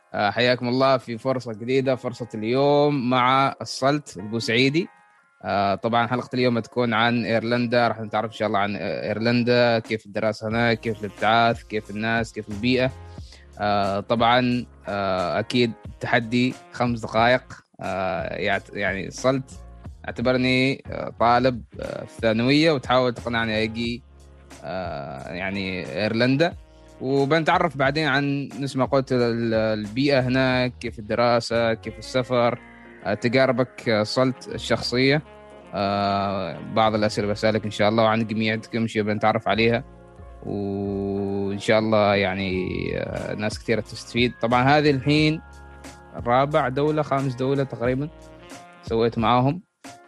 حياكم الله في فرصة جديدة، فرصة اليوم مع الصلت البوسعيدي. طبعا حلقة اليوم تكون عن إيرلندا، راح نتعرف إن شاء الله عن إيرلندا، كيف الدراسة هناك، كيف الابتعاث، كيف الناس، كيف البيئة. طبعا أكيد تحدي 5 دقائق. يعني الصلت اعتبرني طالب في الثانوية وتحاول تقنعني أجي يعني إيرلندا، وبنتعرف بعدين عن نسمع قلت البيئة هناك، كيف الدراسة، كيف السفر، تجاربك صلت الشخصية. بعض الأسئلة بسألك إن شاء الله، وعن جميعكم شيء بنتعرف عليها، وإن شاء الله يعني ناس كثيرة تستفيد. طبعا هذه الحين رابع دولة 5 دولة تقريبا سويت معاهم،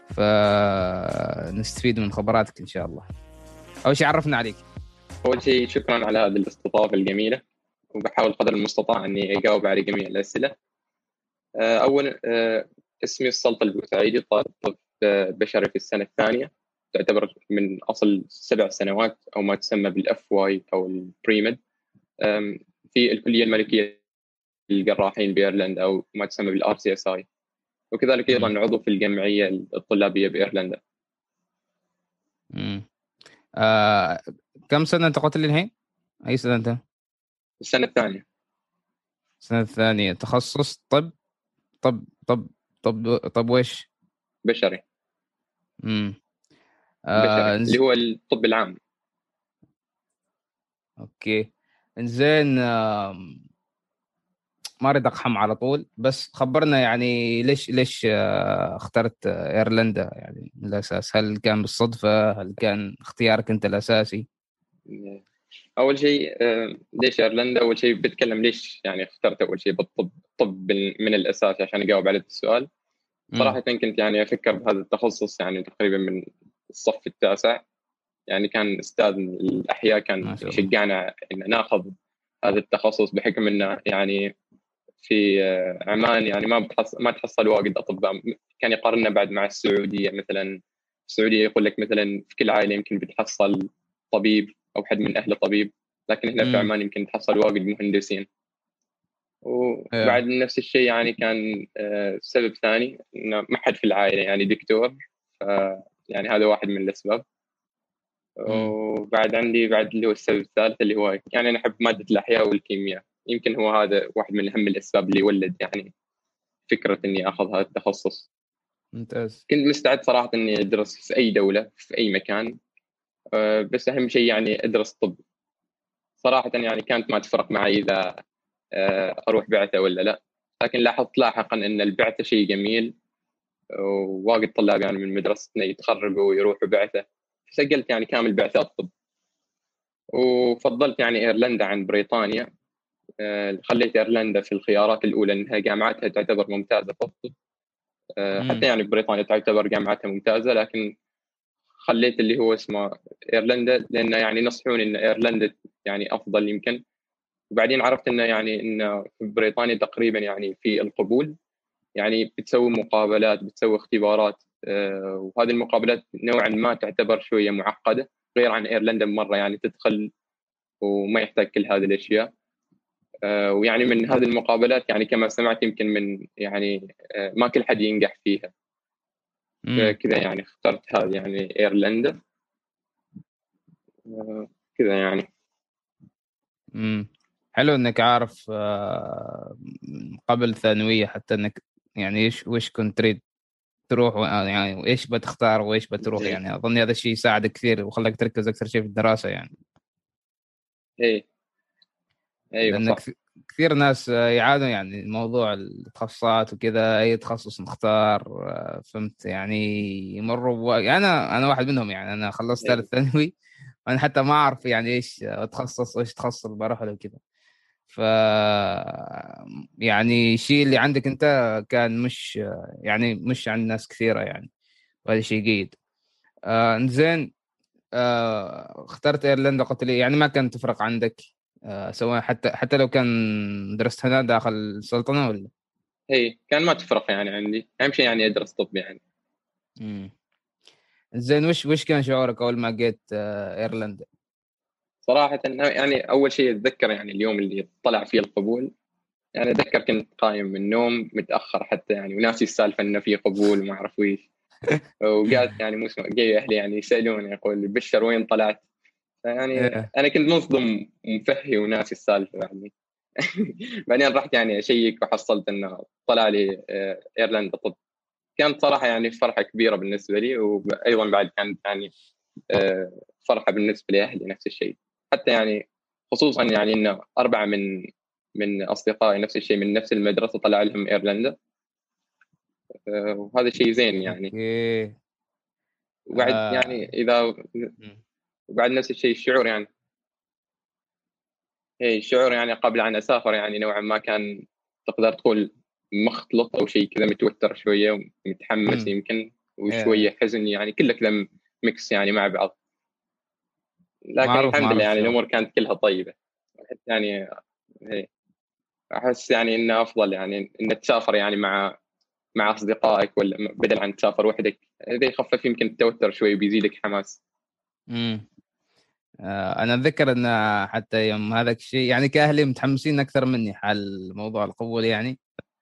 فنستفيد من خبراتك إن شاء الله. أول شيء عرفنا عليك. أول شيء شكرا على هذه الاستضافة الجميلة، وبحاول قدر المستطاع أني أجاوب على جميع الأسئلة. أولا، اسمي السلطة البوسعيدي، طالب طب بشري في السنة الثانية، تعتبر من أصل 7 سنوات أو ما تسمى بالأف واي أو البريمد في الكلية الملكية للجراحين بإيرلندا أو ما تسمى بالآر سي اس اي، وكذلك أيضا عضو في الجمعية الطلابية بإيرلندا. آه، كم سنة أنت قلت لي الحين؟ أي سنة أنت؟ السنة الثانية. السنة الثانية. تخصص طب؟ طب طب طب وإيش؟ بشري. امم بشري اللي إنز... هو الطب العام. أوكي، إنزين. ما أريد أقحم على طول، بس خبرنا يعني ليش اخترت إيرلندا يعني من الأساس؟ هل كان بالصدفة؟ هل كان اختيارك أنت الأساسي؟ اول شيء ليش ايرلندا؟ اول شيء بتكلم ليش يعني اخترت اول شيء بالطب، طب من الاساس عشان اجاوب على السؤال. صراحه كنت يعني افكر بهذا التخصص يعني تقريبا من الصف التاسع. يعني كان استاذ الاحياء كان ما شاء الله. يشجعنا ان ناخذ هذا التخصص، بحكم انه يعني في عمان يعني ما تحصل واجد اطباء. كان يقارننا بعد مع السعوديه مثلا. السعوديه يقول لك مثلا في كل عائله يمكن بتحصل طبيب او حد من اهل طبيب، لكن هنا في عمان يمكن تحصل واجد مهندسين. وبعد نفس الشيء يعني كان سبب ثاني انه ما حد في العائله يعني دكتور، ف يعني هذا واحد من الاسباب. وبعد عندي بعد اللي هو السبب الثالث اللي هو يعني انا احب ماده الاحياء والكيمياء، يمكن هو هذا واحد من اهم الاسباب اللي ولد يعني فكره اني اخذ هذا التخصص. ممتاز. كنت مستعد صراحه اني ادرس في اي دوله في اي مكان، بس اهم شيء يعني ادرس طب. صراحه يعني كانت ما تفرق معي اذا اروح بعثه ولا لا، لكن لاحظت لاحقا ان البعثه شيء جميل، وواجد طلاب يعني من مدرستنا يتخرجوا ويروحوا بعثه، فسجلت يعني كامل بعثات طب. وفضلت يعني ايرلندا عن بريطانيا. خليت ايرلندا في الخيارات الاولى انها جامعاتها تعتبر ممتازه في الطب. حتى يعني بريطانيا تعتبر جامعاتها ممتازه، لكن خليت اللي هو اسمه ايرلندا لانه يعني نصحوني ان ايرلندا يعني افضل يمكن. وبعدين عرفت انه يعني انه في بريطانيا تقريبا يعني في القبول يعني بتسوي مقابلات، بتسوي اختبارات، وهذه المقابلات نوعا ما تعتبر شويه معقده، غير عن ايرلندا مره يعني تدخل وما يحتاج كل هذه الاشياء. ويعني من هذه المقابلات يعني كما سمعت يمكن من يعني ما كل حد ينجح فيها. كذا يعني اخترت هذه يعني ايرلندا كذا يعني. حلو انك عارف قبل الثانوية حتى انك يعني ايش وش كنت تريد تروح، يعني وايش بتختار وايش بتروح. يعني اظن هذا الشيء يساعدك كثير وخلاك تركز اكثر شيء في الدراسة يعني. ايه ايوه لان صح. كثير ناس يعانوا يعني موضوع التخصصات وكذا، اي تخصص نختار فهمت يعني يمروا يعني انا واحد منهم. يعني انا خلصت ثالث ايه ثانوي وانا حتى ما اعرف يعني ايش اتخصص وايش تخصص بروح له كذا. ف يعني الشيء اللي عندك انت كان مش يعني مش عند ناس كثيرة يعني، وهذا شيء جيد. زين. اخترت ايرلندا قلت لي يعني ما كانت تفرق عندك سواء حتى لو كان درست هنا داخل السلطنة ولا؟ ايه كان ما تفرق يعني عندي، اهم شيء يعني ادرس طب يعني. مم. زين. وش كان شعورك اول ما جيت ايرلندا؟ صراحة يعني أول شيء أتذكر يعني اليوم اللي طلع فيه القبول. يعني اتذكر كنت قايم من النوم متاخر حتى يعني، وناسي السالفه انه في قبول وما اعرف ويش. وقاعد يعني جاي اهلي يعني يسالوني، يقول بشر وين طلعت؟ يعني إيه. انا كنت مصدوم ومفهي وناسي السالفه يعني. بعدين رحت يعني اشيك وحصلت انه طلع لي ايرلندا طب. كانت صراحه يعني فرحه كبيره بالنسبه لي، وايضا بعد كانت يعني فرحه بالنسبه لاهلي نفس الشيء. حتى يعني خصوصا يعني انه 4 من اصدقائي نفس الشيء من نفس المدرسه طلع لهم ايرلندا. وهذا شيء زين يعني. اوكي. وبعد آه. يعني اذا مم. وبعد نفس الشيء الشعور يعني، اي الشعور يعني قبل ان اسافر يعني نوعا ما كان تقدر تقول مختلط او شيء كذا، متوتر شويه ومتحمس مم. يمكن، إيه. وشويه حزن يعني، كله كذا ميكس يعني مع بعض. لكن معروف الحمد لله معروف يعني الشعور. الامور كانت كلها طيبه. يعني إيه، احس يعني انه افضل يعني انك تسافر يعني مع اصدقائك، ولا بدل عن تسافر وحدك. هذا يخفف يمكن التوتر شوي وبيزيدك حماس. مم. انا اتذكر ان حتى يوم هذاك الشيء يعني كاهلي متحمسين اكثر مني حال موضوع القبول يعني.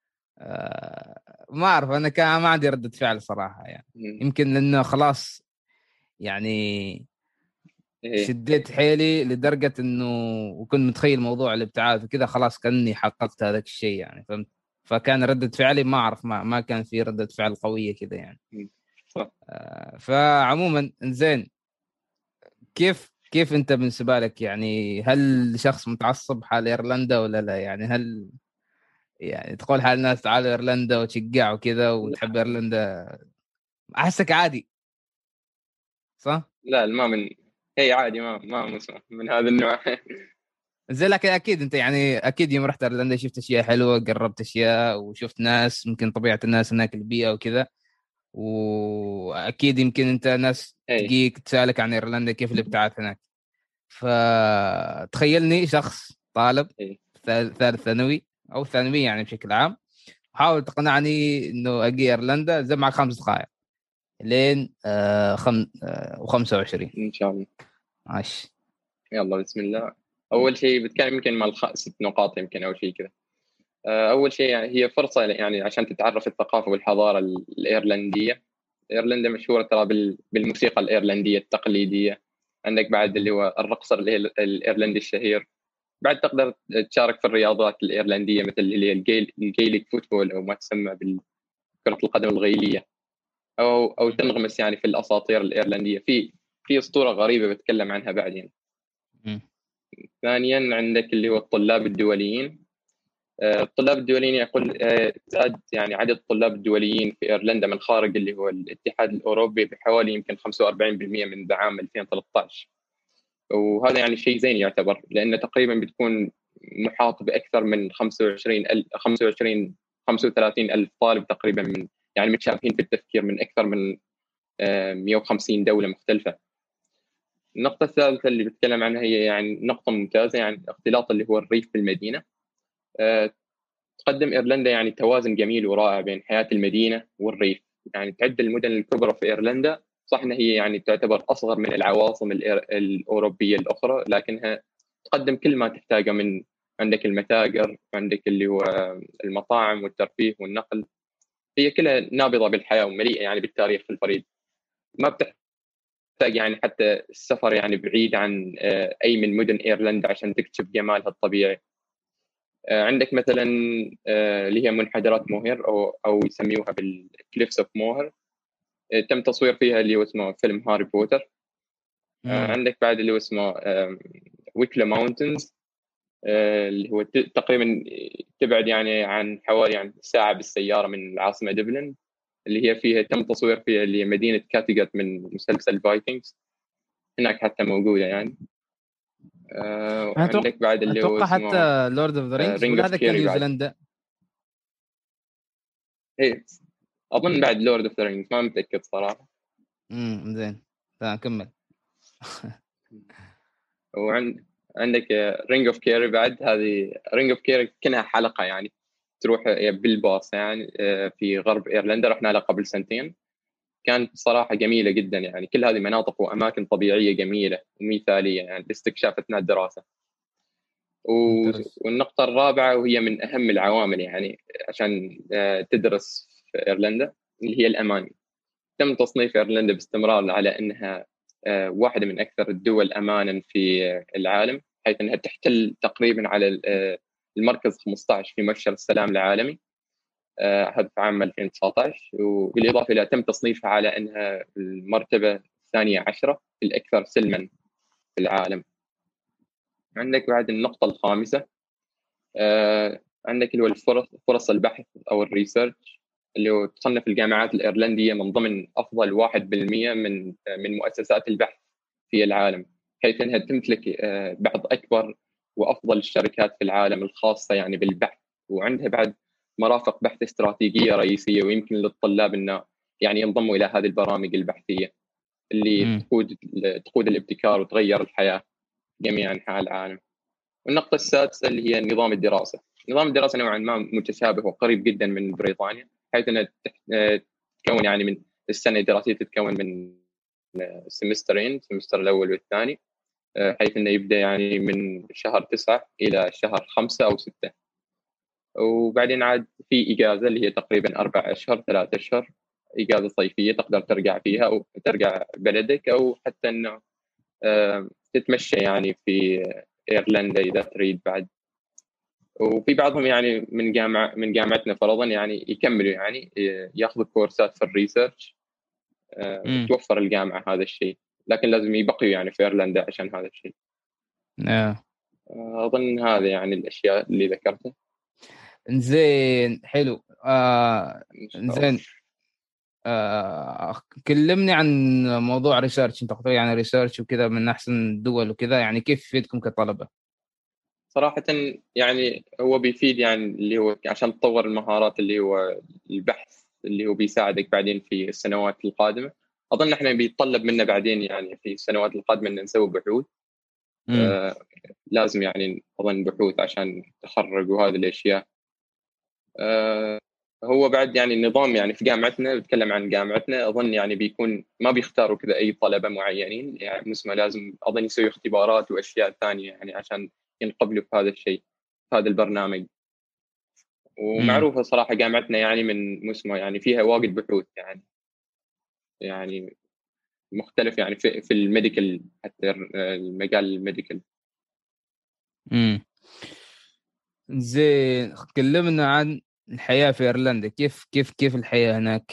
ما اعرف، انا كان ما عندي ردة فعل صراحة يعني. مم. يمكن لانه خلاص يعني ايه شديت حيلي لدرجة انه وكنت متخيل موضوع الابتعاث وكذا، خلاص كأني حققت هذاك الشيء يعني، فهمت. فكان ردة فعلي ما اعرف، ما كان في ردة فعل قوية كذا يعني. مم. صح. فعموما زين. كيف انت بالنسبة لك يعني، هل شخص متعصب حال ايرلندا ولا لا يعني؟ هل يعني تقول حال الناس تعالوا ايرلندا وتشجع وكذا وتحب لا ايرلندا؟ احسك عادي، صح؟ لا ما من، هي عادي ما مسموح من هذا النوع. زي لكن اكيد انت يعني اكيد يوم رحت ايرلندا شفت اشياء حلوه، قربت اشياء وشفت ناس، ممكن طبيعه الناس هناك، البيئه وكذا. واكيد يمكن انت ناس اي تجيك تسالك عن ايرلندا كيف الابتعاث هناك. فتخيلني شخص طالب اي ثالث ثانوي او ثانوي يعني بشكل عام، حاول تقنعني انه اجي ايرلندا زي مع 5 دقائق لين و25. ان شاء الله. عاش. يلا بسم الله. اول شيء بتكلم يمكن مع 6 نقاط يمكن او شيء كذا. اول شيء يعني هي فرصه يعني عشان تتعرف الثقافه والحضاره الايرلنديه. ايرلندا مشهوره ترى بالموسيقى الايرلنديه التقليديه. عندك بعد اللي هو الرقص اللي هي الايرلندي الشهير. بعد تقدر تشارك في الرياضات الايرلنديه مثل اللي هي الجيليك فوتبول، او ما تسمى بكره القدم الغيليه. او تنغمس يعني في الاساطير الايرلنديه. في اسطوره غريبه بتكلم عنها بعدين. ثانيا عندك اللي هو الطلاب الدوليين. الطلاب الدوليين يقول زاد يعني عدد الطلاب الدوليين في ايرلندا من خارج اللي هو الاتحاد الاوروبي بحوالي يمكن 45% من عام 2013. وهذا يعني شيء زين يعتبر، لانه تقريبا بتكون محاط باكثر من 35 الف طالب تقريبا، من يعني متشابهين في التفكير من اكثر من 150 دوله مختلفه. النقطه الثالثه اللي بتكلم عنها هي يعني نقطه ممتازه، يعني اختلاط اللي هو الريف بالمدينه. آه، تقدم ايرلندا يعني توازن جميل ورائع بين حياه المدينه والريف. يعني تعد المدن الكبرى في ايرلندا، صح ان هي يعني تعتبر اصغر من العواصم الاوروبيه الاخرى، لكنها تقدم كل ما تحتاجه. من عندك المتاجر، عندك اللي هو المطاعم والترفيه والنقل. هي كلها نابضه بالحياه ومليئه يعني بالتاريخ الفريد. ما بتحتاج يعني حتى السفر يعني بعيد عن اي من مدن ايرلندا عشان تكتشف جمالها الطبيعي. عندك مثلا اللي هي منحدرات موهر، او يسميوها بالكليفس اوف موهر. تم تصوير فيها اللي هو اسمه فيلم هاري بوتر. امم. عندك بعد اللي هو اسمه ويكلا ماونتنز، اللي هو تقريبا تبعد يعني عن حوالي يعني ساعة بالسيارة من العاصمة دبلن، اللي هي فيها تم تصوير فيها اللي هي مدينة كاتيجات من مسلسل فايكنجز. هناك حتى موجودة يعني. انا اتوقع وعندك بعد اللي هو اتوقع اسمه حتى لورد اوف ذا رينجز، رينج ولا اوف هذا كان كيري بعد. نيوزيلندا؟ هي اظن بعد لورد اوف ذا رينجز، ما متاكد صراحه. زين. تمام كمل. وعندك رينج اوف كيري بعد. هذه رينج اوف كيري كانها حلقه يعني تروح بالباص يعني في غرب ايرلندا. رحنا لها قبل سنتين. كانت صراحه جميله جدا يعني. كل هذه مناطق واماكن طبيعيه جميله ومثاليه يعني لاستكشاف اثناء الدراسه. ممتاز. والنقطة الرابعة وهي من أهم العوامل يعني عشان تدرس في إيرلندا، اللي هي الأمان. تم تصنيف إيرلندا باستمرار على أنها واحدة من أكثر الدول أمانا في العالم، حيث أنها تحتل تقريبا على المركز 15 في مؤشر السلام العالمي، هذا في عام 2019. وبالإضافة إلى تم تصنيفها على أنها المرتبة الثانية عشرة الأكثر سلما في العالم. عندك بعد النقطة الخامسة، عندك اللي هو فرص البحث أو الريسيرش، اللي هو تصنف الجامعات الإيرلندية من ضمن أفضل 1% من مؤسسات البحث في العالم، حيث أنها تمتلك بعض أكبر وأفضل الشركات في العالم الخاصة يعني بالبحث، وعندها بعد مرافق بحث استراتيجية رئيسية، ويمكن للطلاب أن يعني ينضموا إلى هذه البرامج البحثية اللي تقود الابتكار وتغير الحياة في جميع أنحاء العالم. والنقطة السادسة اللي هي نظام الدراسة. نظام الدراسة نوعا ما متشابه وقريب جدا من بريطانيا، حيث أنها تتكون يعني من السنة الدراسية تتكون من سمسترين، السمستر الأول والثاني، حيث أنه يبدأ يعني من شهر 9 إلى شهر 5 أو 6، وبعدين عاد في إجازة اللي هي تقريبا 4 أشهر 3 أشهر، إجازة صيفية تقدر ترجع فيها أو ترجع بلدك، أو حتى أنه تتمشى يعني في إيرلندا إذا تريد بعد. وفي بعضهم يعني من جامعتنا فرضا يعني يكملوا يعني ياخذوا كورسات في الريسيرش، توفر الجامعة هذا الشيء، لكن لازم يبقوا يعني في إيرلندا عشان هذا الشيء. آه. أظن هذا يعني الأشياء اللي ذكرتها. زين، حلو. إن شاء الله. زين. كلمني عن موضوع ريسيرش. انت قلت لي يعني ريسيرش وكذا من احسن الدول وكذا، يعني كيف يفيدكم كطلبة؟ صراحة يعني هو بيفيد يعني اللي هو عشان تطور المهارات، اللي هو البحث اللي هو بيساعدك بعدين في السنوات القادمة. أظن احنا بيتطلب منا بعدين يعني في السنوات القادمة أن نسوي بحوث. آه لازم يعني أظن بحوث عشان تخرج وهذه الأشياء. آه هو بعد يعني النظام يعني في جامعتنا، بتكلم عن جامعتنا، أظن يعني بيكون ما بيختاروا كذا أي طلبة معينين، يعني مسمى لازم أظن يسوي اختبارات وأشياء ثانية يعني عشان ينقبلوا في هذا الشيء، في هذا البرنامج. امم ومعروفة صراحة جامعتنا يعني من مسمى يعني فيها واجد بحوث يعني مختلف يعني في الميديكال، حتى المجال الميديكال. امم زين، كلمنا عن الحياة في ايرلندا. كيف الحياة هناك؟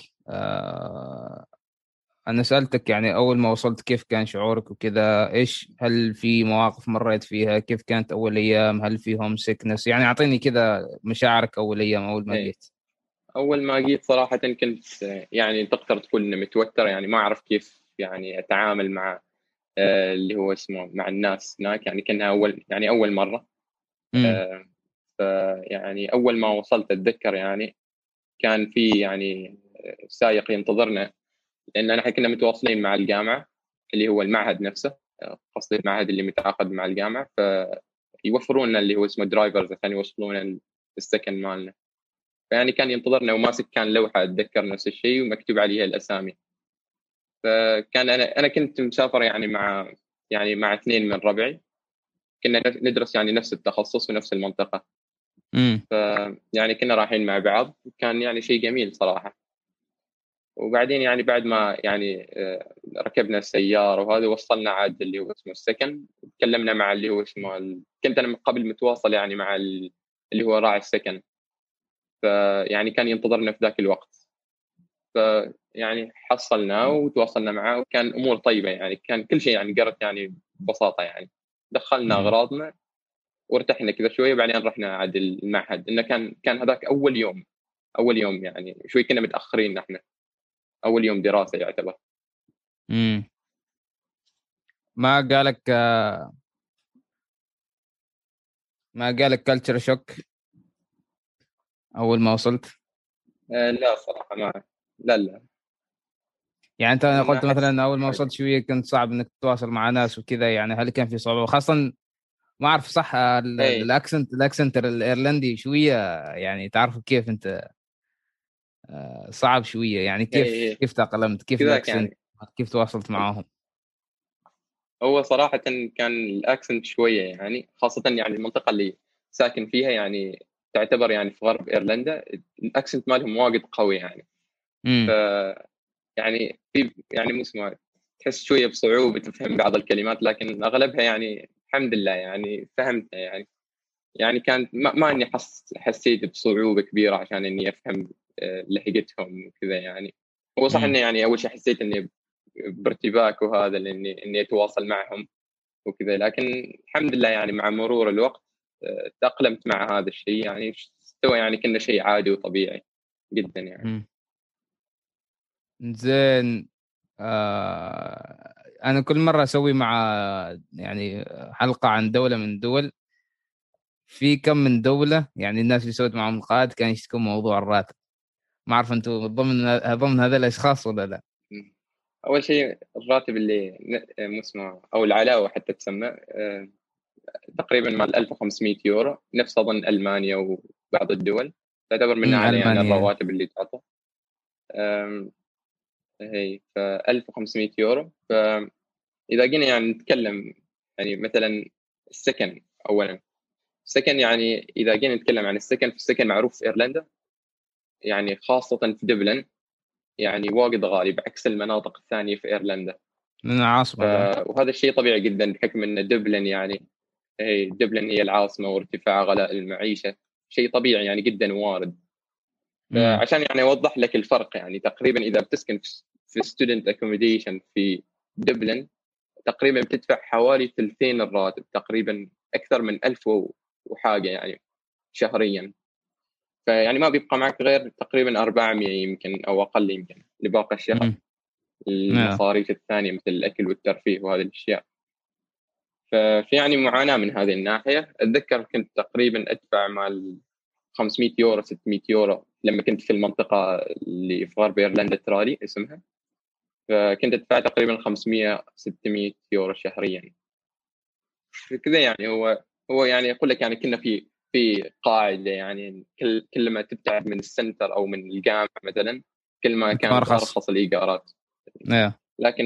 انا سألتك يعني اول ما وصلت كيف كان شعورك وكذا، ايش هل في مواقف مريت فيها؟ كيف كانت اول ايام؟ هل في هوم سيكنس؟ يعني اعطيني كذا مشاعرك اول ايام اول ما إيه. جيت. أول ما جيت صراحة كنت يعني تقدر تقول إني متوتر، يعني ما أعرف كيف يعني أتعامل مع اللي هو اسمه مع الناس هناك، يعني كانها أول مرة. امم آه، يعني أول ما وصلت أتذكر يعني كان في يعني سائق ينتظرنا، لأن احنا كنا متواصلين مع الجامعة اللي هو المعهد نفسه، قصدي المعهد اللي متعاقد مع الجامعة، فيوفرون لنا اللي هو اسمه درايفرز عشان يوصلونا السكن مالنا. فيعني كان ينتظرنا وماسك كان لوحة أتذكر نفس الشيء ومكتوب عليها الأسامي. فكان أنا كنت مسافر يعني مع اثنين من ربعي، كنا ندرس يعني نفس التخصص ونفس المنطقة. امم يعني كنا رايحين مع بعض، كان يعني شيء جميل صراحة. وبعدين يعني بعد ما يعني ركبنا السيارة وهذا، وصلنا عاد اللي هو اسمه السكن، تكلمنا مع اللي هو اسمه كنت أنا من قبل متواصل يعني مع اللي هو راعي السكن، فيعني كان ينتظرنا في ذاك الوقت. فيعني حصلناه وتواصلنا معه وكان أمور طيبة، يعني كان كل شيء يعني قرت يعني ببساطة يعني. دخلنا أغراضنا وارتحنا كذا شوية، بعدين رحنا عاد المعهد. إنه كان هذاك أول يوم يعني شوي كنا متأخرين احنا، أول يوم دراسة يعتبر. امم ما قالك ما قالك كلتشر شوك اول ما وصلت؟ لا صراحة ما، لا لا، يعني انت ما قلت أحس مثلا اول ما حاجة. وصلت شويه كنت صعب انك تتواصل مع ناس وكذا، يعني هل كان في صعوبه؟ خاصه ما اعرف صح، إيه الاكسنت الايرلندي شويه، يعني تعرف كيف انت، صعب شويه. يعني إيه كيف إيه كيف تأقلمت؟ كيف كذاك الاكسنت؟ يعني. كيف تواصلت معاهم؟ هو صراحة كان الأكسنت شوية يعني، خاصة يعني المنطقة اللي ساكن فيها يعني تعتبر يعني في غرب إيرلندا، الأكسنت مالهم واجد قوي يعني. ف امم يعني في يعني مو اسمه، تحس شوية بصعوبة تفهم بعض الكلمات، لكن أغلبها يعني الحمد لله يعني فهمتها يعني. يعني كانت ما إني حسيت بصعوبة كبيرة عشان إني أفهم لهجتهم وكذا يعني. هو صح إني يعني أول شيء حسيت إني بارتباك وهذا، لأني إني أتواصل معهم وكذا، لكن الحمد لله يعني مع مرور الوقت تأقلمت مع هذا الشيء يعني، استوى يعني كأنه شيء عادي وطبيعي جدا يعني. امم زين. انا كل مره اسوي مع يعني حلقه عن دوله من الدول، في كم من دوله يعني الناس اللي سويت معهم لقاءات كان يشتكون موضوع الراتب. ما اعرف انتم ضمن هذا الاشخاص ولا لا؟ أول شيء الراتب اللي مو اسمه أو العلاوة حتى تسمى تقريبا مع 1500 يورو، نفس أظن ألمانيا وبعض الدول تعتبر منها على يعني المانيا. الرواتب اللي تعطى. أم، هي ف 1500 يورو. فإذا جينا يعني نتكلم يعني مثلا السكن أولا، السكن يعني إذا جينا نتكلم عن السكن، في السكن معروف في إيرلندا يعني خاصة في دبلن يعني واجد غالي بعكس المناطق الثانية في إيرلندا. من العاصمه بعد. وهذا الشيء طبيعي جدا بحكم أن دبلن يعني هي دبلن هي العاصمة، وارتفاع غلاء المعيشة شيء طبيعي يعني جدا وارد. امم عشان يعني أوضح لك الفرق، يعني تقريبا إذا بتسكن في student accommodation في دبلن تقريبا بتدفع حوالي ثلثين الراتب، تقريبا أكثر من 1000 وحاجة يعني شهريا. فيعني ما بيبقى معك غير تقريبا 400 يمكن أو أقل يمكن لباقي الشهر، امم المصاريف الثانية مثل الأكل والترفيه وهذه الأشياء. ففي يعني معاناة من هذه الناحية. أتذكر كنت تقريبا أدفع مع 500 يورو 600 يورو لما كنت في المنطقة اللي في غرب إيرلندا ترالي اسمها، فكنت أدفع تقريبا 500 600 يورو شهريا كذا يعني. هو يعني يقول لك يعني كنا في قاعدة يعني كل ما تبتعد من السنتر أو من الجامعة مثلا كل ما يكون كانت ارخص. أرخص الإيجارات. ايه. لكن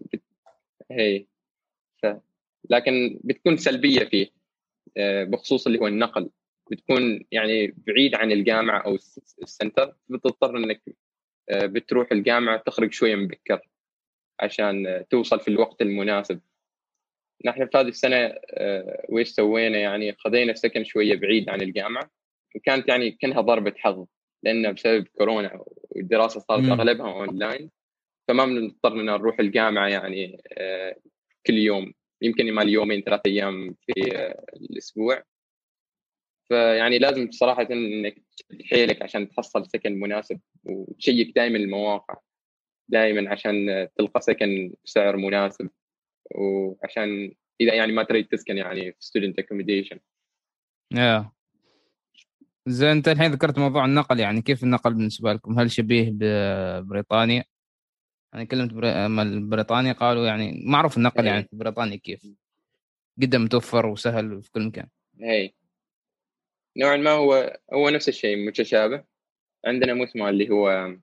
هي ف... لكن بتكون سلبية فيه بخصوص اللي هو النقل. بتكون يعني بعيد عن الجامعة أو السنتر، بتضطر أنك بتروح الجامعة تخرج شوية مبكر عشان توصل في الوقت المناسب. نحن في هذه السنة وإيش سوينا يعني خذينا سكن شوية بعيد عن الجامعة، وكانت يعني كانها ضربة حظ لأن بسبب كورونا والدراسة صارت امم أغلبها أونلاين، فما بنضطر إن نروح الجامعة يعني كل يوم، يمكن ما اليومين 3 أيام في الأسبوع. فيعني لازم بصراحة إنك تشد حيلك عشان تحصل سكن مناسب، وتشيك دائما المواقع دائما عشان تلقى سكن بسعر مناسب، وعشان إذا يعني ما تريد تسكن يعني في student accommodation. ايه. زين، انت الحين ذكرت موضوع النقل، يعني كيف النقل بالنسبه لكم؟ هل شبيه ببريطانيا؟ انا كلمت بريطانيا قالوا يعني معروف النقل يعني هي في بريطانيا كيف جدا متوفر وسهل في كل مكان. هي نوعا ما هو نفس الشيء متشابه. عندنا مثل اللي هو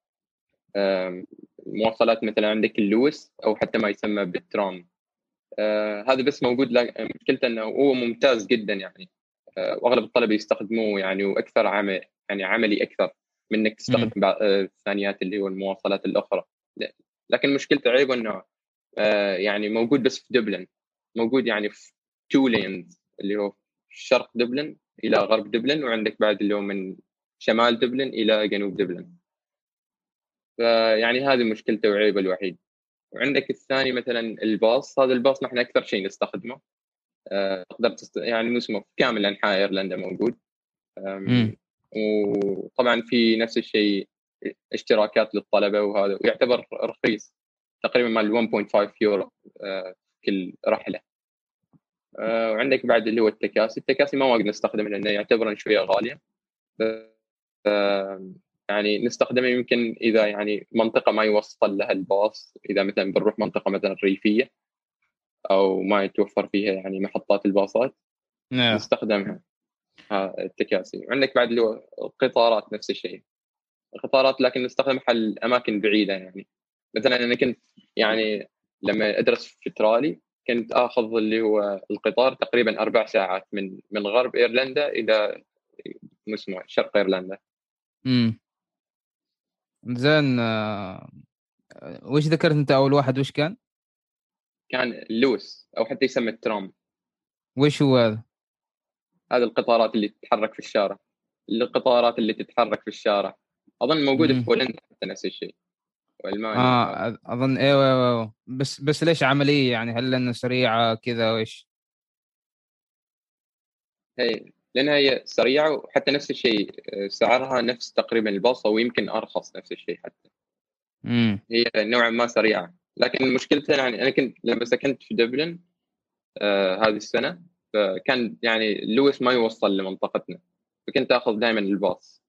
المواصلات، مثلا عندك اللويس أو حتى ما يسمى بالترام. هذا بس موجود، مشكلته انه هو ممتاز جدا يعني. واغلب الطلبه يستخدموه يعني، واكثر يعني عملي اكثر من انك امم تستخدم الثانيات اللي هو المواصلات الاخرى. لكن مشكلته عيبه انه يعني موجود بس في دبلن، موجود يعني في تو لينز اللي هو شرق دبلن الى غرب دبلن، وعندك بعد اللي هو من شمال دبلن الى جنوب دبلن. فيعني هذه مشكلته وعيبه الوحيد. وعندك الثاني مثلا الباص، هذا الباص نحن اكثر شيء نستخدمه. تقدر يعني اسمه في كامل انحاء ايرلندا موجود. امم وطبعا في نفس الشيء اشتراكات للطلبه، وهذا ويعتبر رخيص تقريبا مال 1.5 يورو كل رحله. وعندك بعد اللي هو التكاسي ما واجد نستخدمه لانه يعتبر شويه غاليه. يعني نستخدمه يمكن اذا يعني منطقه ما يوصل لها الباص، اذا مثلا بنروح منطقه مثلا ريفيه او ما يتوفر فيها يعني محطات الباصات ايه. نستخدمها التكاسي. وعندك بعد اللي هو القطارات نفس الشيء، القطارات لكن نستخدمها حل اماكن بعيده يعني. مثلا انا كنت يعني لما ادرس في ترالي كنت اخذ اللي هو القطار تقريبا 4 ساعات من غرب ايرلندا الى اسمه شرق ايرلندا. امم زين. وش ذكرت انت اول واحد وش كان؟ كان لويس، او حتى يسمى الترام. وش هو هذا؟ هذه القطارات اللي تتحرك في الشارع. القطارات اللي تتحرك في الشارع اظن موجوده في امم هولندا حتى نفس الشيء، والمانيا وهذا. اظن ايوه ايوه أيوة. بس ليش عمليه يعني؟ هل لانه سريعه كذا وإيش؟ هي لانها هي سريعه، وحتى نفس الشيء سعرها نفس تقريبا الباص، او يمكن ارخص نفس الشيء حتى. امم هي نوعا ما سريعه، لكن مشكلتها يعني انا كنت لما سكنت في دبلن هذه السنه، فكان يعني لويس ما يوصل لمنطقتنا، فكنت اخذ دائما الباص.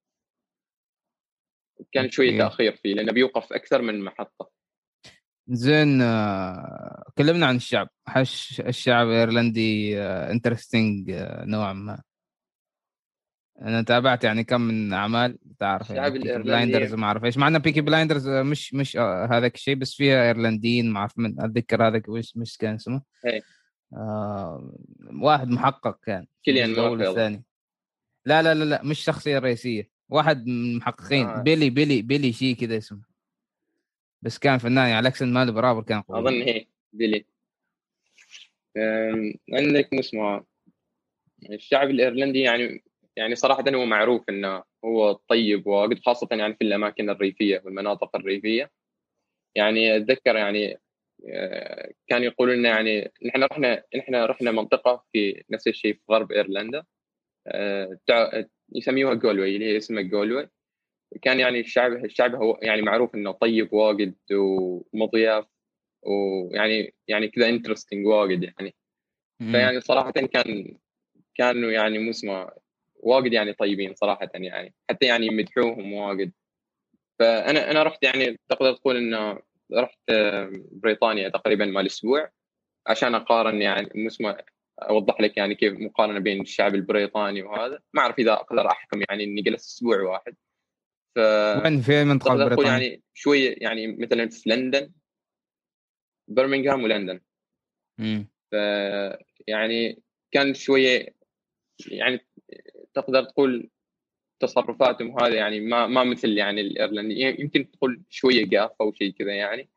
كان شويه اوكي. تاخير فيه لانه بيوقف اكثر من محطه. زين. كلمنا عن الشعب. حش الشعب الايرلندي انترستنج نوعا ما. انا تابعت يعني كم من اعمال، تعرف يعني الشعب بيكي بلايندرز الايرلندي ما اعرف ايش معنى بيكي بلايندرز. مش هذاك الشيء، بس فيها ايرلنديين ما اعرف من اتذكر هذاك مش كان اسمه. هي آه واحد محقق كان في الجزء كيليان الاول مورفي اظن. والثاني. لا مش الشخصيه الرئيسيه، واحد من المحققين، آه بيلي شيء كذا اسمه. بس كان فنان يعني، الاكسنت ماله برابر كان قوي. اظن هي بيلي. عندك اسمه الشعب الايرلندي يعني صراحه هو معروف انه هو طيب واجد، خاصه يعني في الاماكن الريفيه والمناطق الريفيه. يعني اتذكر يعني كانوا يقولون لنا يعني نحن رحنا منطقه في نفس الشيء في غرب ايرلندا، يسميوها جولوي، اللي هي اسمها جولوي. كان يعني الشعب هو يعني معروف انه طيب واجد ومضياف، ويعني كذا انترستنج واجد يعني. امم فيعني صراحه كانوا يعني مو اسمه واجد يعني طيبين صراحه، يعني حتى يعني يمدحوهم واجد. فانا رحت يعني تقدر تقول انه رحت بريطانيا تقريبا مال اسبوع عشان اقارن يعني مو اسمه اوضح لك يعني كيف مقارنه بين الشعب البريطاني وهذا. ما اعرف اذا اقدر احكم يعني اني جلست اسبوع واحد. وين في منطقه فتقدر تقول بريطانيا؟ يعني شويه يعني مثلا في لندن، برمنغهام ولندن. امم ف يعني كان شويه يعني تقدر تقول تصرفاتهم هذا يعني ما مثل يعني الايرلندي، يمكن تقول شويه قاف او شيء كذا يعني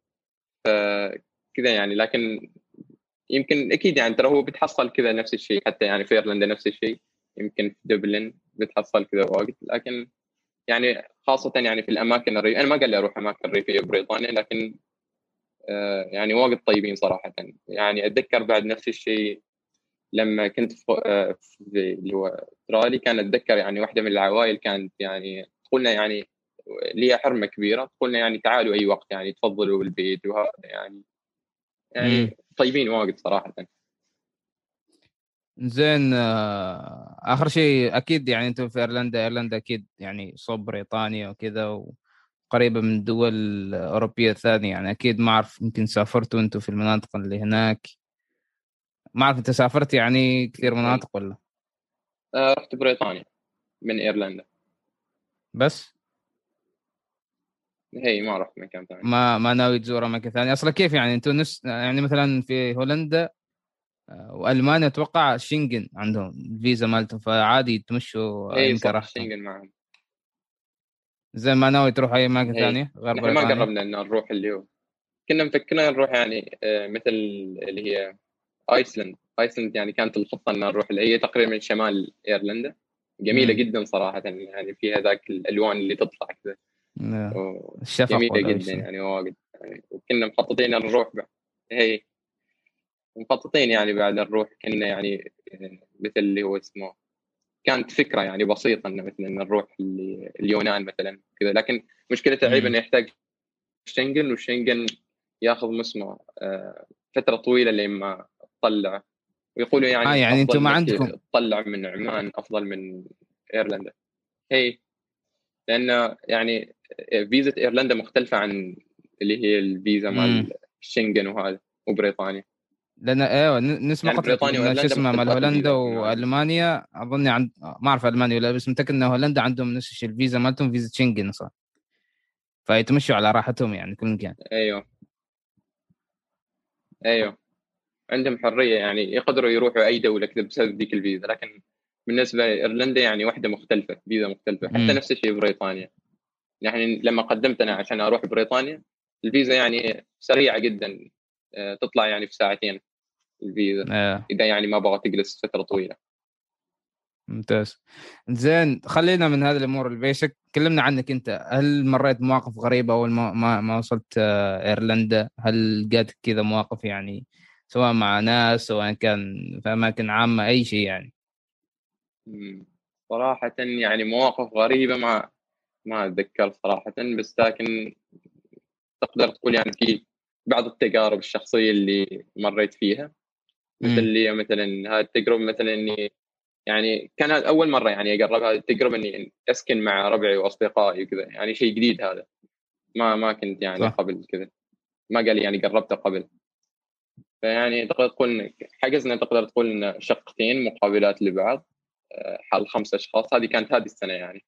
كذا يعني. لكن يمكن اكيد يعني ترى هو بتحصل كذا نفس الشيء، حتى يعني في ايرلندا نفس الشيء. يمكن في دبلن بتحصل كذا واجد، لكن يعني خاصه يعني في الاماكن الريفيه. انا ما قال لي اروح اماكن ريفيه بريطانيا، لكن يعني واجد طيبين صراحه. يعني اتذكر بعد نفس الشيء لما كنت في اللي هو استرالي، كان اتذكر يعني واحده من العوائل كانت يعني تقولنا يعني ليها حرمه كبيره، تقولنا يعني تعالوا اي وقت يعني تفضلوا البيت وهذا يعني. امم يعني طيبين واجد صراحه. زين. اخر شيء اكيد يعني انتم في ايرلندا اكيد يعني صوب بريطانيا وكذا، وقريبه من الدول الاوروبيه الثانيه يعني. اكيد ما اعرف، يمكن سافرتوا انتم في المناطق اللي هناك؟ ما اعرف انت سافرت يعني كثير مناطق ولا؟ رحت بريطانيا من ايرلندا. بس هي ما رحت مكان ثاني. ما ناوي تزور اماكن ثانيه اصلا؟ كيف يعني انتم يعني مثلا في هولندا والمانيا اتوقع شنغن عندهم الفيزا مالتهم، فعادي تمشوا هي ايا صح كرهتم. الشنغن معهم. زي ما ناوي تروح اي اماكن هي ثانيه غير نحن ما بريطانيا؟ قربنا ان نروح اللي هو كنا مفكرين نروح يعني مثل اللي هي ايسلند يعني كانت الخطه ان نروح اللي هي تقريبا شمال ايرلندا. جميله امم جدا صراحه، يعني فيها ذاك الالوان اللي تطلع كذا. الشفق جميله ولا جدا ايش؟ يعني واجد يعني. وكنا مخططين ان نروح هي مخططين يعني بعد نروح كنا يعني مثل اللي هو اسمه كانت فكره يعني بسيطه انه مثلا نروح اليونان مثلا كذا. لكن مشكلته عيب امم انه يحتاج شنغن، والشنغن ياخذ مسمى فتره طويله لما تطلع. ويقولوا يعني يعني افضل انتم ما انك عندكم. تطلع من عمان افضل من ايرلندا. هي لان يعني فيزا ايرلندا مختلفه عن اللي هي الفيزا امم مال الشنغن وهذا وبريطانيا. لان ايوه نسمع يعني قتلت بريطانيا ان شو وايرلندا اسمه مال مختلفات هولندا الفيزات من عندهم. والمانيا. اظني عند ما اعرف المانيا ولا، بس متاكد ان هولندا عندهم نفس الشيء، الفيزا مالتهم فيزا شنغن صح، فيتمشوا على راحتهم يعني كل مكان. ايوه ايوه. عندهم حريه يعني يقدروا يروحوا اي دوله كذا بسبب ذيك الفيزا. لكن بالنسبه لايرلندا يعني واحده مختلفه، فيزا مختلفه. حتى امم. نفس الشيء بريطانيا. يعني لما قدمت انا عشان اروح بريطانيا، الفيزا يعني سريعه جدا، تطلع يعني في ساعتين الفيزا، آه. اذا يعني ما بغى تجلس فتره طويله. ممتاز. زين، خلينا من هذه الامور البيسك، كلمنا عنك انت. هل مريت مواقف غريبه اول ما وصلت ايرلندا؟ هل جاتك كذا مواقف يعني، سواء مع ناس، سواء كان في اماكن عامه، اي شيء يعني؟ مم. صراحه يعني مواقف غريبه ما اتذكر صراحه، بس لكن تقدر تقول يعني في بعض التجارب الشخصيه اللي مريت فيها. مثل امم. اللي مثلا هذه التجربه، مثلا اني يعني كان هذا اول مره يعني اقرب هذه التجربه، اني اسكن مع ربعي واصدقائي وكذا. يعني شيء جديد هذا، ما كنت يعني صح. قبل كذا، ما قال لي يعني قربته قبل. فيعني تقدر تقول حجزنا، تقدر تقول إن شقتين مقابلات لبعض، حال 5 اشخاص. هذه كانت هذه السنه يعني.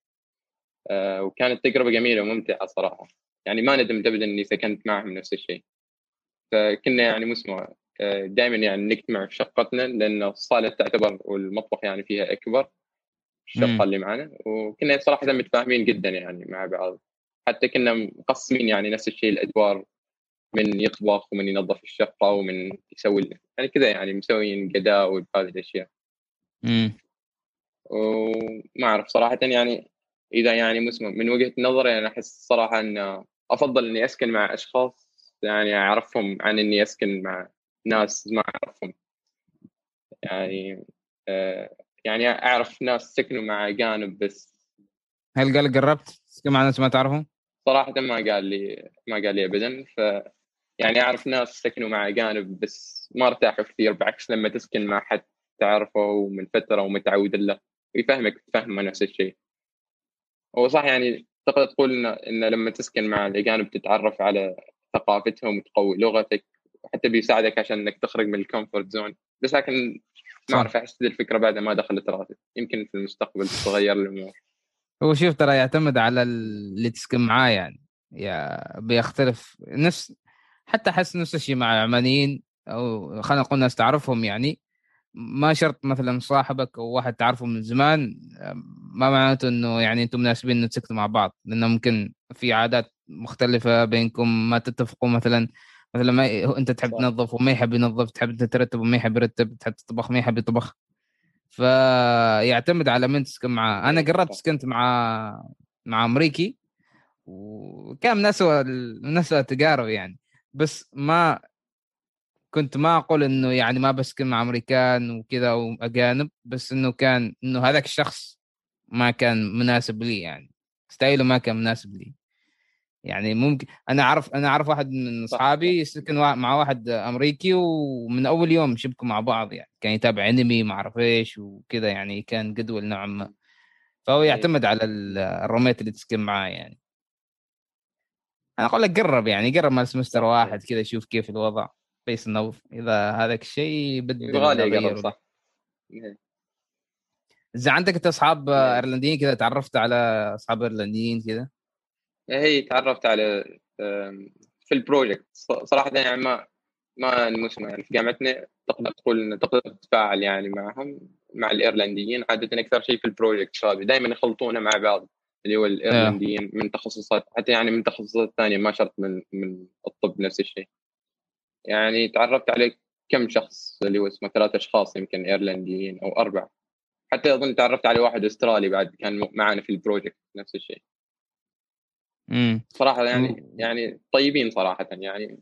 وكانت تجربه جميله وممتعه صراحه. يعني ما ندمت ابدا اني سكنت معهم نفس الشيء. فكنا يعني مسمى دائما يعني نجتمع في شقتنا، لأن الصالة تعتبر والمطبخ يعني فيها أكبر الشقة امم. اللي معنا. وكنا صراحة متفاهمين جدا يعني مع بعض. حتى كنا مقسمين يعني نفس الشيء الأدوار، من يطبخ ومن ينظف الشقة ومن يسوي يعني كذا، يعني مسويين غداء وهذه الأشياء. امم. وما أعرف صراحة يعني، إذا يعني مسمى من وجهة نظري أنا أحس صراحة أن أفضل إني أسكن مع أشخاص يعني أعرفهم، عن إني أسكن مع ناس ما أعرفهم. يعني يعني أعرف ناس سكنوا مع أجانب بس. هل قال قربت تسكن مع ناس ما تعرفهم؟ صراحة ما قال لي أبدا. يعني أعرف ناس سكنوا مع أجانب بس ما ارتاحوا كثير، بعكس لما تسكن مع حد تعرفه من فترة ومتعود له ويفهمك تفهمه نفس الشيء. هو صح يعني تقدر تقول إن لما تسكن مع الأجانب تتعرف على ثقافتهم وتقوي لغتك، وحتى بيساعدك عشان إنك تخرج من الكومفورت زون. بس لكن ما صح. أعرف، أحس ذي الفكرة بعد ما دخلت راتب يمكن في المستقبل تتغير الأمور. هو شوف، ترى يعتمد على اللي تسكن معاه يعني. يا بيختلف نفس، حتى احس نفس الشيء مع العمانيين، او خلينا نقول ناس تعرفهم يعني. ما شرط مثلا صاحبك او واحد تعرفه من زمان، ما معناته انه يعني انتم مناسبين انه تسكنوا مع بعض، لانه ممكن في عادات مختلفة بينكم، ما تتفقوا مثلا. مثلا ما انت تحب صح. تنظف وما يحب ينظف، تحب ترتب وما يحب يرتب، تحب تطبخ ما يحب يطبخ. فيعتمد على من تسكن معاه. انا إيه قربت صح. سكنت مع امريكي، وكان من أسوأ التجارب يعني. بس ما كنت ما اقول انه يعني ما بسكن مع امريكان وكذا او اجانب، بس انه كان انه هذاك الشخص ما كان مناسب لي يعني. ستايله ما كان مناسب لي. يعني ممكن انا اعرف واحد من صح صح. اصحابي سكن مع واحد امريكي، ومن اول يوم شبكوا مع بعض يعني. كان يتابع انمي ما اعرف ايش وكذا يعني، كان جدول نوعا ما. فهو إيه. يعتمد على الروميت اللي تسكن معاه يعني. انا اقول لك قرب يعني، قرب مع سمستر صح صح. واحد كذا، شوف كيف الوضع. بيس انه اذا هذاك الشيء بدل يبغى ولا لي أقرب غير ولا. صح. إيه. اذا عندك انت اصحاب إيه. ايرلنديين كذا، تعرفت على اصحاب ايرلنديين كذا؟ هي تعرفت على في البروجكت صراحة يعني ما المسمى يعني في جامعتنا تقدر تقول إن تقدر تتفاعل يعني معهم، مع الإيرلنديين عادة أكثر شيء في البروجكت هذه. دائما يخلطونا مع بعض، اللي هو اه. الإيرلنديين من تخصصات، حتى يعني من تخصصات ثانية ما شرط من الطب نفس الشيء. يعني تعرفت على كم شخص، اللي هو اسمه 3 أشخاص يمكن إيرلنديين أو 4. حتى أظن تعرفت على واحد أسترالي بعد كان معنا في البروجكت نفس الشيء. امم. صراحة يعني طيبين صراحة يعني.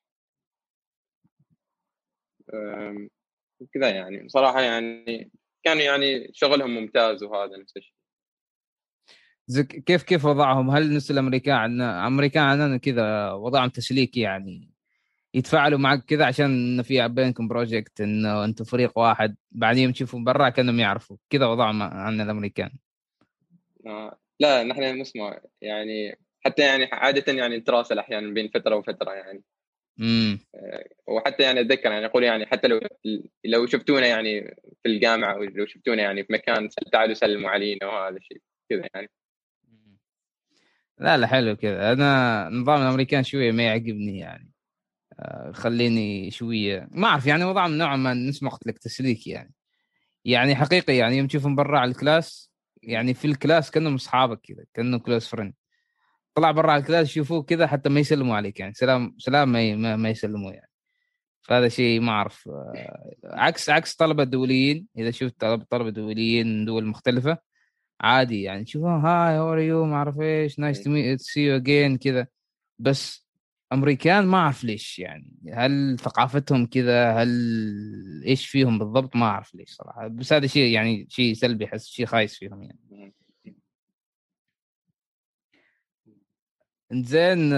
أم، كذا يعني صراحة يعني كانوا يعني شغلهم ممتاز وهذا نفس الشيء. كيف وضعهم؟ هل نفس الامريكان عندنا كذا وضعهم تسليكي يعني؟ يتفاعلوا معك كذا عشان إنه في بينكم بروجكت، انه انتم فريق واحد، بعدين تشوفوا برا كانهم يعرفوا كذا وضعهم عن الامريكان؟ لا نحن نسمع يعني، حتى يعني عادة يعني نتراسل أحيانا بين فترة وفترة يعني. امم. وحتى يعني أتذكر يعني أقول يعني حتى لو شفتونا يعني في الجامعة، أو لو شفتونا يعني في مكان تعالوا سلموا علينا وهذا الشيء كذا يعني. لا لا، حلو كذا. انا نظام الامريكان شويه ما يعجبني يعني. خليني شويه ما اعرف يعني وضع من نوع ما نسمع قلت لك تسليك يعني حقيقي يعني يوم تشوفهم برا على الكلاس يعني في الكلاس كانهم اصحابك كذا كانه كلاس فريند. طلع برا على الكلاس يشوفوه كذا حتى ما يسلموا عليك يعني سلام سلام ما يسلموا يعني. فهذا شيء ما اعرف عكس طلبه دوليين اذا شفت طلبه دوليين من دول مختلفه عادي يعني تشوفهم هاي هاو ار يو ما اعرف ايش نايس تو سي يو اجين كذا. بس امريكان ما اعرف ليش يعني هل ثقافتهم كذا هل ايش فيهم بالضبط ما اعرف ليش صراحه بس هذا شيء يعني شيء سلبي احس شيء خايس فيهم يعني. زين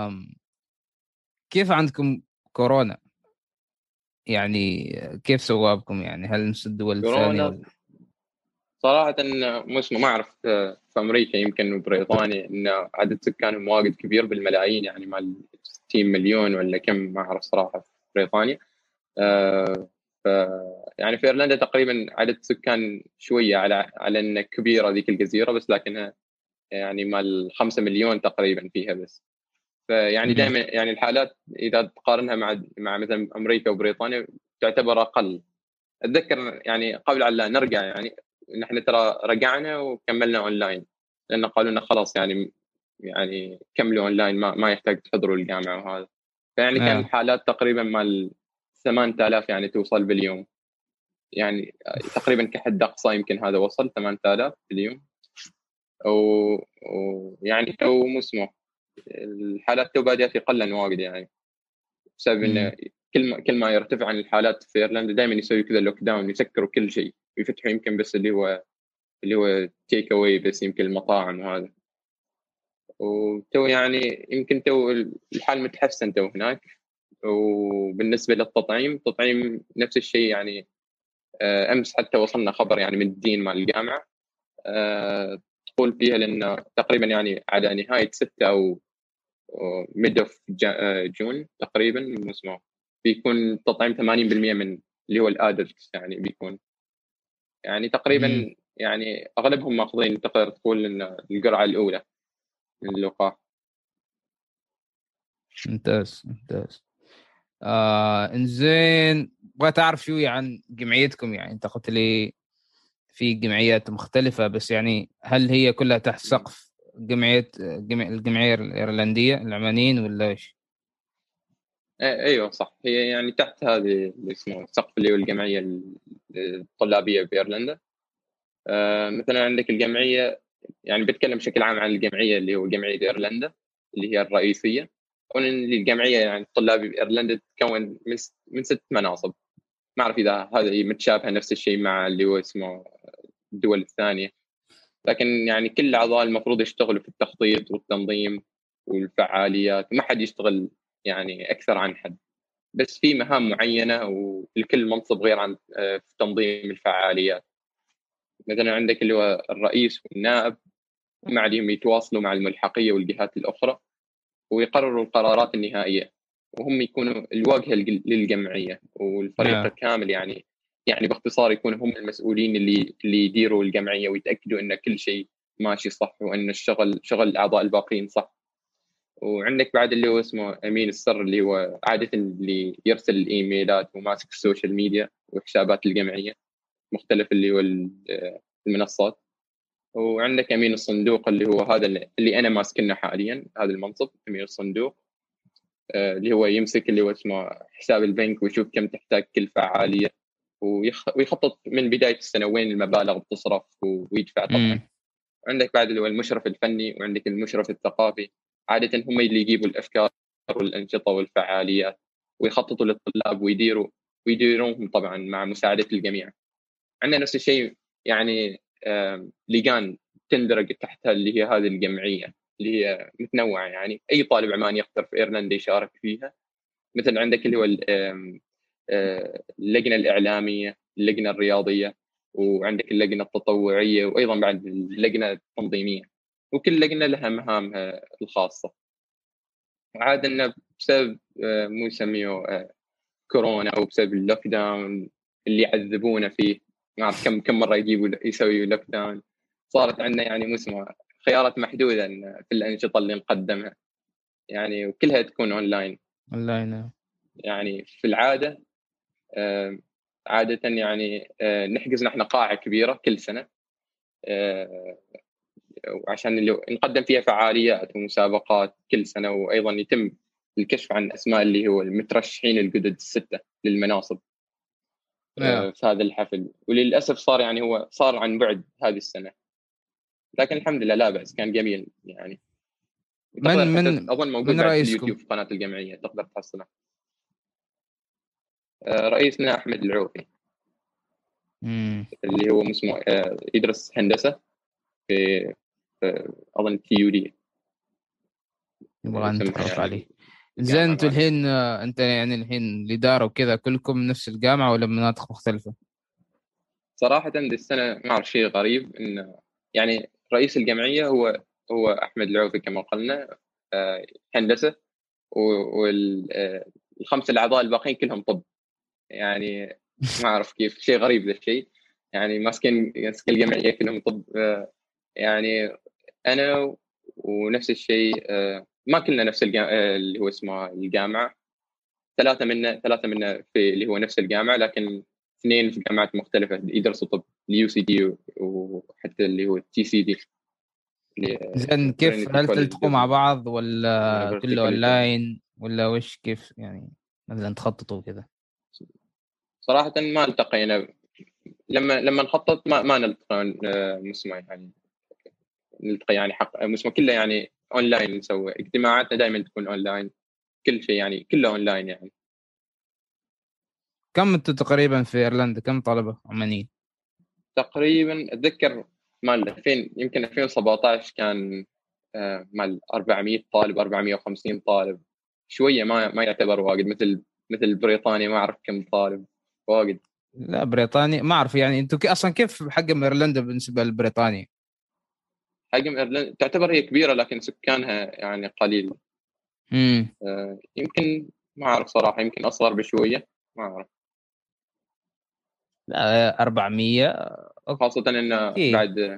كيف عندكم كورونا يعني كيف سوابكم يعني هل نفس الدول الثانيه كورونا ولا؟ صراحة ما أعرف في أمريكا يمكن وبريطانيا إن عدد سكانهم واجد كبير بالملايين يعني مال 60 مليون ولا كم ما أعرف صراحة في بريطانيا. آه، ف يعني في ايرلندا تقريبا عدد سكان شويه على انها كبيره ذيك الجزيره بس لكنها يعني مال 5 مليون تقريبا فيها بس. فيعني مم. دائما يعني الحالات اذا تقارنها مع مثلا امريكا وبريطانيا تعتبر اقل. اتذكر يعني قبل ان لا نرجع يعني نحن ترى رجعنا وكملنا اونلاين لان قالوا لنا خلاص يعني كملوا اونلاين ما يحتاج تحضروا الجامعه وهذا. فيعني كان آه. الحالات تقريبا مال 8000 يعني توصل باليوم يعني تقريبا كحد اقصى يمكن هذا وصل 8000 باليوم. ويعني تو مو اسمه الحالات تو باديه يقلن واجد يعني بسبب انه مم. كل ما يرتفع عن الحالات في ايرلندا دائما يسوي كذا لوك داون يسكروا كل شيء ويفتحوا يمكن بس اللي هو تيك اواي بس يمكن المطاعم وهذا. وتو يعني يمكن تو الحال متحسن تو هناك. وبالنسبه للتطعيم التطعيم نفس الشيء يعني. امس حتى وصلنا خبر يعني من الدين مال الجامعه تقول فيها لان تقريبا يعني على نهايه 6 او ميد اوف جون تقريبا اسمه بيكون تطعيم 80% من اللي هو الادلت يعني بيكون يعني مم. تقريبا يعني اغلبهم ماخذين تقدر تقول ان القرعه الاولى من اللقاح. ممتاز ممتاز. انزين بغيت اعرف شوي عن جمعيتكم يعني انت قلت لي في جمعيات مختلفة بس يعني هل هي كلها تحت سقف الجمعية الإيرلندية العمانيين ولا ايش؟ ايوه صح هي يعني تحت هذه اللي اسمه السقف اللي هو الجمعيه الطلابيه بايرلندا. مثلا عندك الجمعيه يعني بتكلم بشكل عام عن الجمعيه اللي هو جمعيه ايرلندا اللي هي الرئيسيه. وان الجمعيه يعني الطلابي بايرلندا تتكون من 6 مناصب. ما اعرف اذا هذه متشابهه نفس الشيء مع اللي هو اسمه الدول الثانيه. لكن يعني كل الاعضاء المفروض يشتغلوا في التخطيط والتنظيم والفعاليات ما حد يشتغل يعني اكثر عن حد. بس في مهام معينه ولكل منصب غير عن في تنظيم الفعاليات. مثلا عندك اللي هو الرئيس والنائب هم عليهم يتواصلوا مع الملحقيه والجهات الاخرى ويقرروا القرارات النهائيه. وهم يكونوا الواجهه للجمعيه والفريق آه. الكامل يعني باختصار يكونوا هم المسؤولين اللي يديروا الجمعيه ويتاكدوا ان كل شيء ماشي صح وان شغل الاعضاء الباقيين صح. وعندك بعد اللي هو اسمه امين السر اللي هو عاده اللي يرسل الايميلات وماسك السوشيال ميديا وحسابات الجمعيه مختلف اللي هو المنصات. وعندك امين الصندوق اللي هو هذا اللي انا ماسكنه حاليا هذا المنصب امين الصندوق. اللي هو يمسك اللي هو اسمه حساب البنك ويشوف كم تحتاج كل فعاليه ويخطط من بدايه السنه وين المبالغ بتصرف ويدفع طبعا. امم. عندك بعد اللي هو المشرف الفني وعندك المشرف الثقافي. عاده هم اللي يجيبوا الافكار والانشطه والفعاليات ويخططوا للطلاب ويديرونهم طبعا مع مساعده الجميع. عندنا نفس الشيء يعني لجان تندرج تحتها اللي هي هذه الجمعيه اللي هي متنوعه يعني اي طالب عماني يقدر في ايرلندا يشارك فيها. مثل عندك اللي هو اللجنه الاعلاميه اللجنه الرياضيه وعندك اللجنه التطوعيه وايضا بعد اللجنه التنظيميه. وكل لجنه لها مهامها الخاصه. عاد انه بسبب مو يسميه كورونا او بسبب اللوك داون اللي يعذبونا فيه. ما اعرف كم مره يسوي لوك داون. صارت عندنا يعني مو اسمه خيارات محدوده في الانشطه اللي نقدمها يعني وكلها تكون اونلاين. والله نعم. يعني في العاده عاده يعني نحجز نحن قاعه كبيره كل سنه عشان اللي نقدم فيها فعاليات ومسابقات كل سنه، وايضا يتم الكشف عن اسماء اللي هو المترشحين الجدد السته للمناصب في هذا الحفل. وللاسف صار يعني هو صار عن بعد هذه السنه، لكن الحمد لله لا بأس، كان جميل يعني. تقدر حتى اظن موجود من بعد في رئيسكم؟ اليوتيوب في قناه الجمعيه تقدر تحصله. رئيسنا احمد العوفي اللي هو اسمه يدرس هندسه في اظن تيوري نبغى اسمها نتعرف عليه. يعني زين الجامعه انتوا مالتها. الحين انت يعني الحين الإدارة وكذا كلكم نفس الجامعة ولا مناطق مختلفة؟ صراحه دي السنه ما اعرف شيء غريب، انه يعني رئيس الجمعيه هو احمد العوفي كما قلنا هندسه، والخمسه الاعضاء الباقيين كلهم طب. يعني ما اعرف كيف، شيء غريب ذا الشيء، يعني ماسكين الجمعيه كلهم طب. يعني انا ونفس الشيء ما كلنا نفس اللي هو اسمه الجامعه. ثلاثه منا في اللي هو نفس الجامعه، لكن اثنين في جامعات مختلفه يدرسوا طب، اليو سي دي وحتى اللي هو التي سي دي، زين كيف، ترينيتي هل كوليدج تلتقوا مع بعض ولا يونيفرستي كله كوليدج. اونلاين ولا وش كيف يعني مثلا تخططوا كذا؟ صراحه ما التقينا، لما نخطط ما نلتقي مسمى يعني، نلتقي يعني حق مسمى كله يعني اونلاين. نسوي اجتماعاتنا دائما تكون اونلاين، كل شيء يعني كله اونلاين يعني. كم انتوا تقريبا في ايرلندا، كم طلبة عمانيين؟ تقريبا اتذكر مال 2000 يمكن 2017 كان مال 400 طالب 450 طالب، شويه ما يعتبر واجد مثل بريطانيا ما اعرف كم طالب واجد. لا بريطانيا ما اعرف، يعني انتوا اصلا كيف حجم ايرلندا بالنسبة لبريطانيا؟ حجم ايرلندا تعتبر هي كبيره، لكن سكانها يعني قليل. امم يمكن ما اعرف صراحه، يمكن اصغر بشويه ما اعرف. لا 400 خاصه انه اوكي. بعد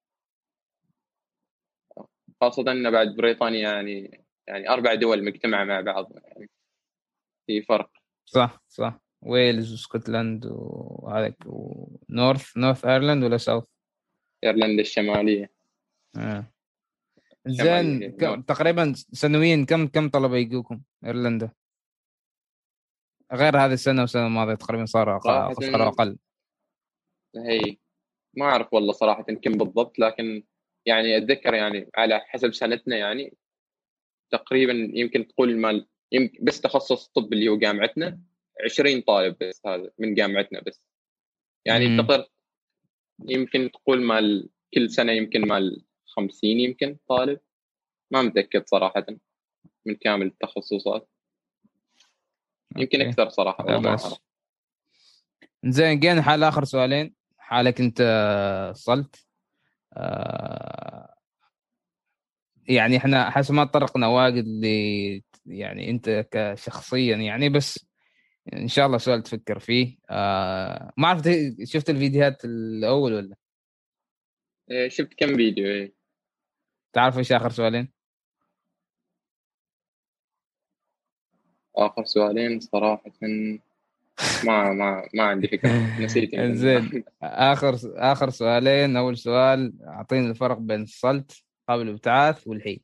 خاصه انه بعد بريطانيا يعني اربع دول مجتمعه مع بعض، يعني في فرق. صح صح، ويلز واسكتلند وهذاك نورث ايرلند ولا ساوث؟ ايرلندا الشماليه. آه. الشماليه زين هي نورث. تقريبا سنويا كم طلبة يجوكم ايرلندا غير هذه السنة والسنة الماضية؟ تقريبا صراحه صاروا أقل. هي ما اعرف والله صراحه كم بالضبط، لكن يعني اتذكر يعني على حسب سنتنا يعني تقريبا يمكن تقول مال يمكن بس تخصص طب اللي هو جامعتنا 20 طالب بس، هذا من جامعتنا بس. يعني امم تقدر يمكن تقول مال كل سنه يمكن مال 50 يمكن طالب، ما متاكد صراحه من كامل التخصصات، يمكن اوكي اكثر صراحه لا لا ما اعرف. بس. زين جينا حال آخر سؤالين. حالك أنت وصلت يعني إحنا حسب ما طرقنا واجد يعني أنت كشخصيا يعني، بس إن شاء الله سؤال تفكر فيه. ما عرفت شفت الفيديوهات الأول ولا؟ شفت كم فيديو تعرف إيش آخر سؤالين؟ اخر سؤالين صراحه ما عندي فكره، نسيت يمكن. زين آخر سؤالين. أول سؤال، أعطيني الفرق بين السلت قبل الابتعاث والحين.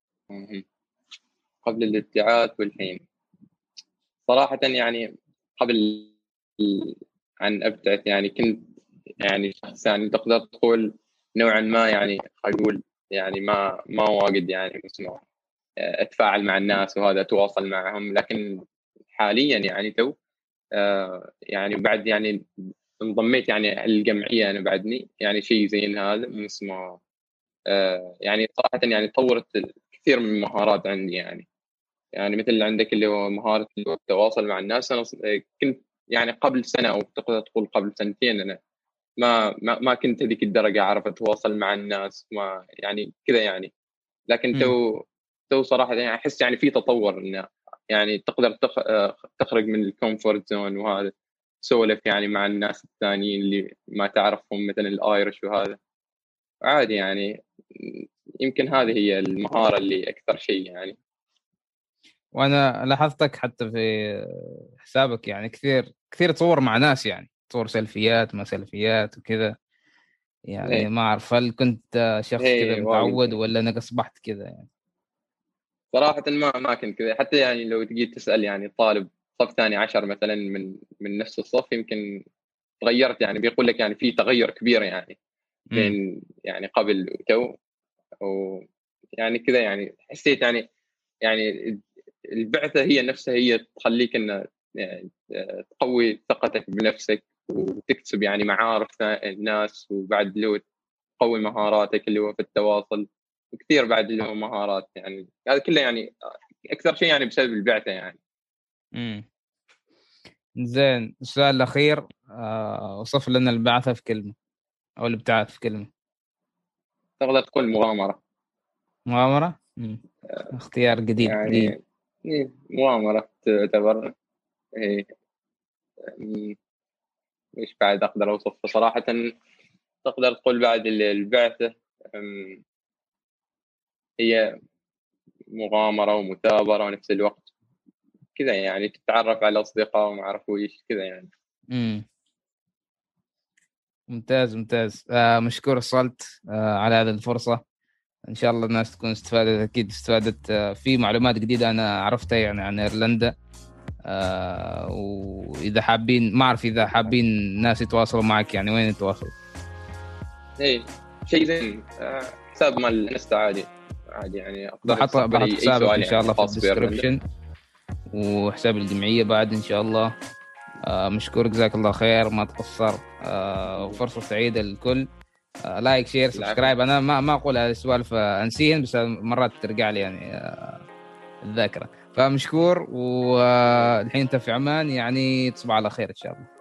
قبل الابتعاث والحين صراحة يعني قبل عن أبتعث يعني كنت يعني شخص يعني تقدر تقول نوعا ما يعني أقول يعني ما واجد يعني اسمه أتفاعل مع الناس وهذا أتواصل معهم، لكن حاليا يعني تو يعني بعد يعني انضميت يعني الجمعية أنا بعدني يعني شيء زين هذا اسمه يعني صراحة يعني طورت كثير من المهارات عندي يعني مثل عندك اللي هو مهارة اللي هو التواصل مع الناس. أنا كنت يعني قبل سنة أو تقدر تقول قبل سنتين أنا ما كنت هذيك الدرجة أعرف أتواصل مع الناس ما يعني كذا يعني. لكن مم. تو صراحة يعني أحس يعني في تطور إنه يعني تقدر تخرج من الكومفورت زون وهذا تسولف يعني مع الناس الثانيين اللي ما تعرفهم مثلا الآيرش وهذا عادي يعني. يمكن هذه هي المهارة اللي أكثر شيء يعني. وانا لاحظتك حتى في حسابك يعني كثير كثير تصور مع ناس، يعني تصور سيلفيات ما سيلفيات وكذا. يعني ايه ما اعرف هل كنت شخص كذا ايه واجد متعود يعني. ولا انك اصبحت كذا يعني. صراحة ما كنت كذا، حتى يعني لو تجي تسأل يعني طالب صف ثاني عشر مثلا من نفس الصف، يمكن تغيرت يعني، بيقول لك يعني في تغير كبير يعني امم بين يعني قبل وتو. و يعني كذا يعني حسيت يعني البعثة هي نفسها هي تخليك ان يعني تقوي ثقتك بنفسك، وتكتسب يعني معارف الناس، وبعد اللي هو تقوي مهاراتك اللي هو في التواصل، وكثير بعد اللي هو مهارات يعني. هذا كله يعني اكثر شيء يعني بسبب البعثة يعني. امم زين، السؤال الاخير، وصف لنا البعثة في كلمة، او الابتعاث في كلمة. تقدر تقول مغامرة. مغامرة. اختيار جديد. يعني مغامرة تعتبر. إيه، ايش بعد اقدر اوصفها صراحه. تقدر تقول بعد البعثه هي مغامره ومثابره ونفس الوقت، كذا يعني تتعرف على اصدقاء وما اعرف ايش كذا يعني. امم ممتاز ممتاز. مشكور الصلت على هذه الفرصة. إن شاء الله الناس تكون استفادت، أكيد استفادت في معلومات جديدة أنا عرفتها يعني عن إيرلندا. وإذا حابين، ما أعرف إذا حابين الناس يتواصلوا معك يعني وين يتواصلوا؟ اي شيء زين، حساب مال الانستا عادي، عادي يعني اقدر تصفى بحط لي اي حسابك سؤال إن شاء يعني الله في خاص بايرلندا. الديسكربشن، وحساب الجمعية بعد إن شاء الله. مشكور، جزاك الله خير، ما تقصر. وفرصة سعيدة للكل. لايك شير العفو. سبسكرايب. أنا ما أقول هذه السوالف أنسيهن، بس مرات ترجع لي يعني الذاكرة. فمشكور، والحين أنت في عمان يعني، تصبح على خير إن شاء الله.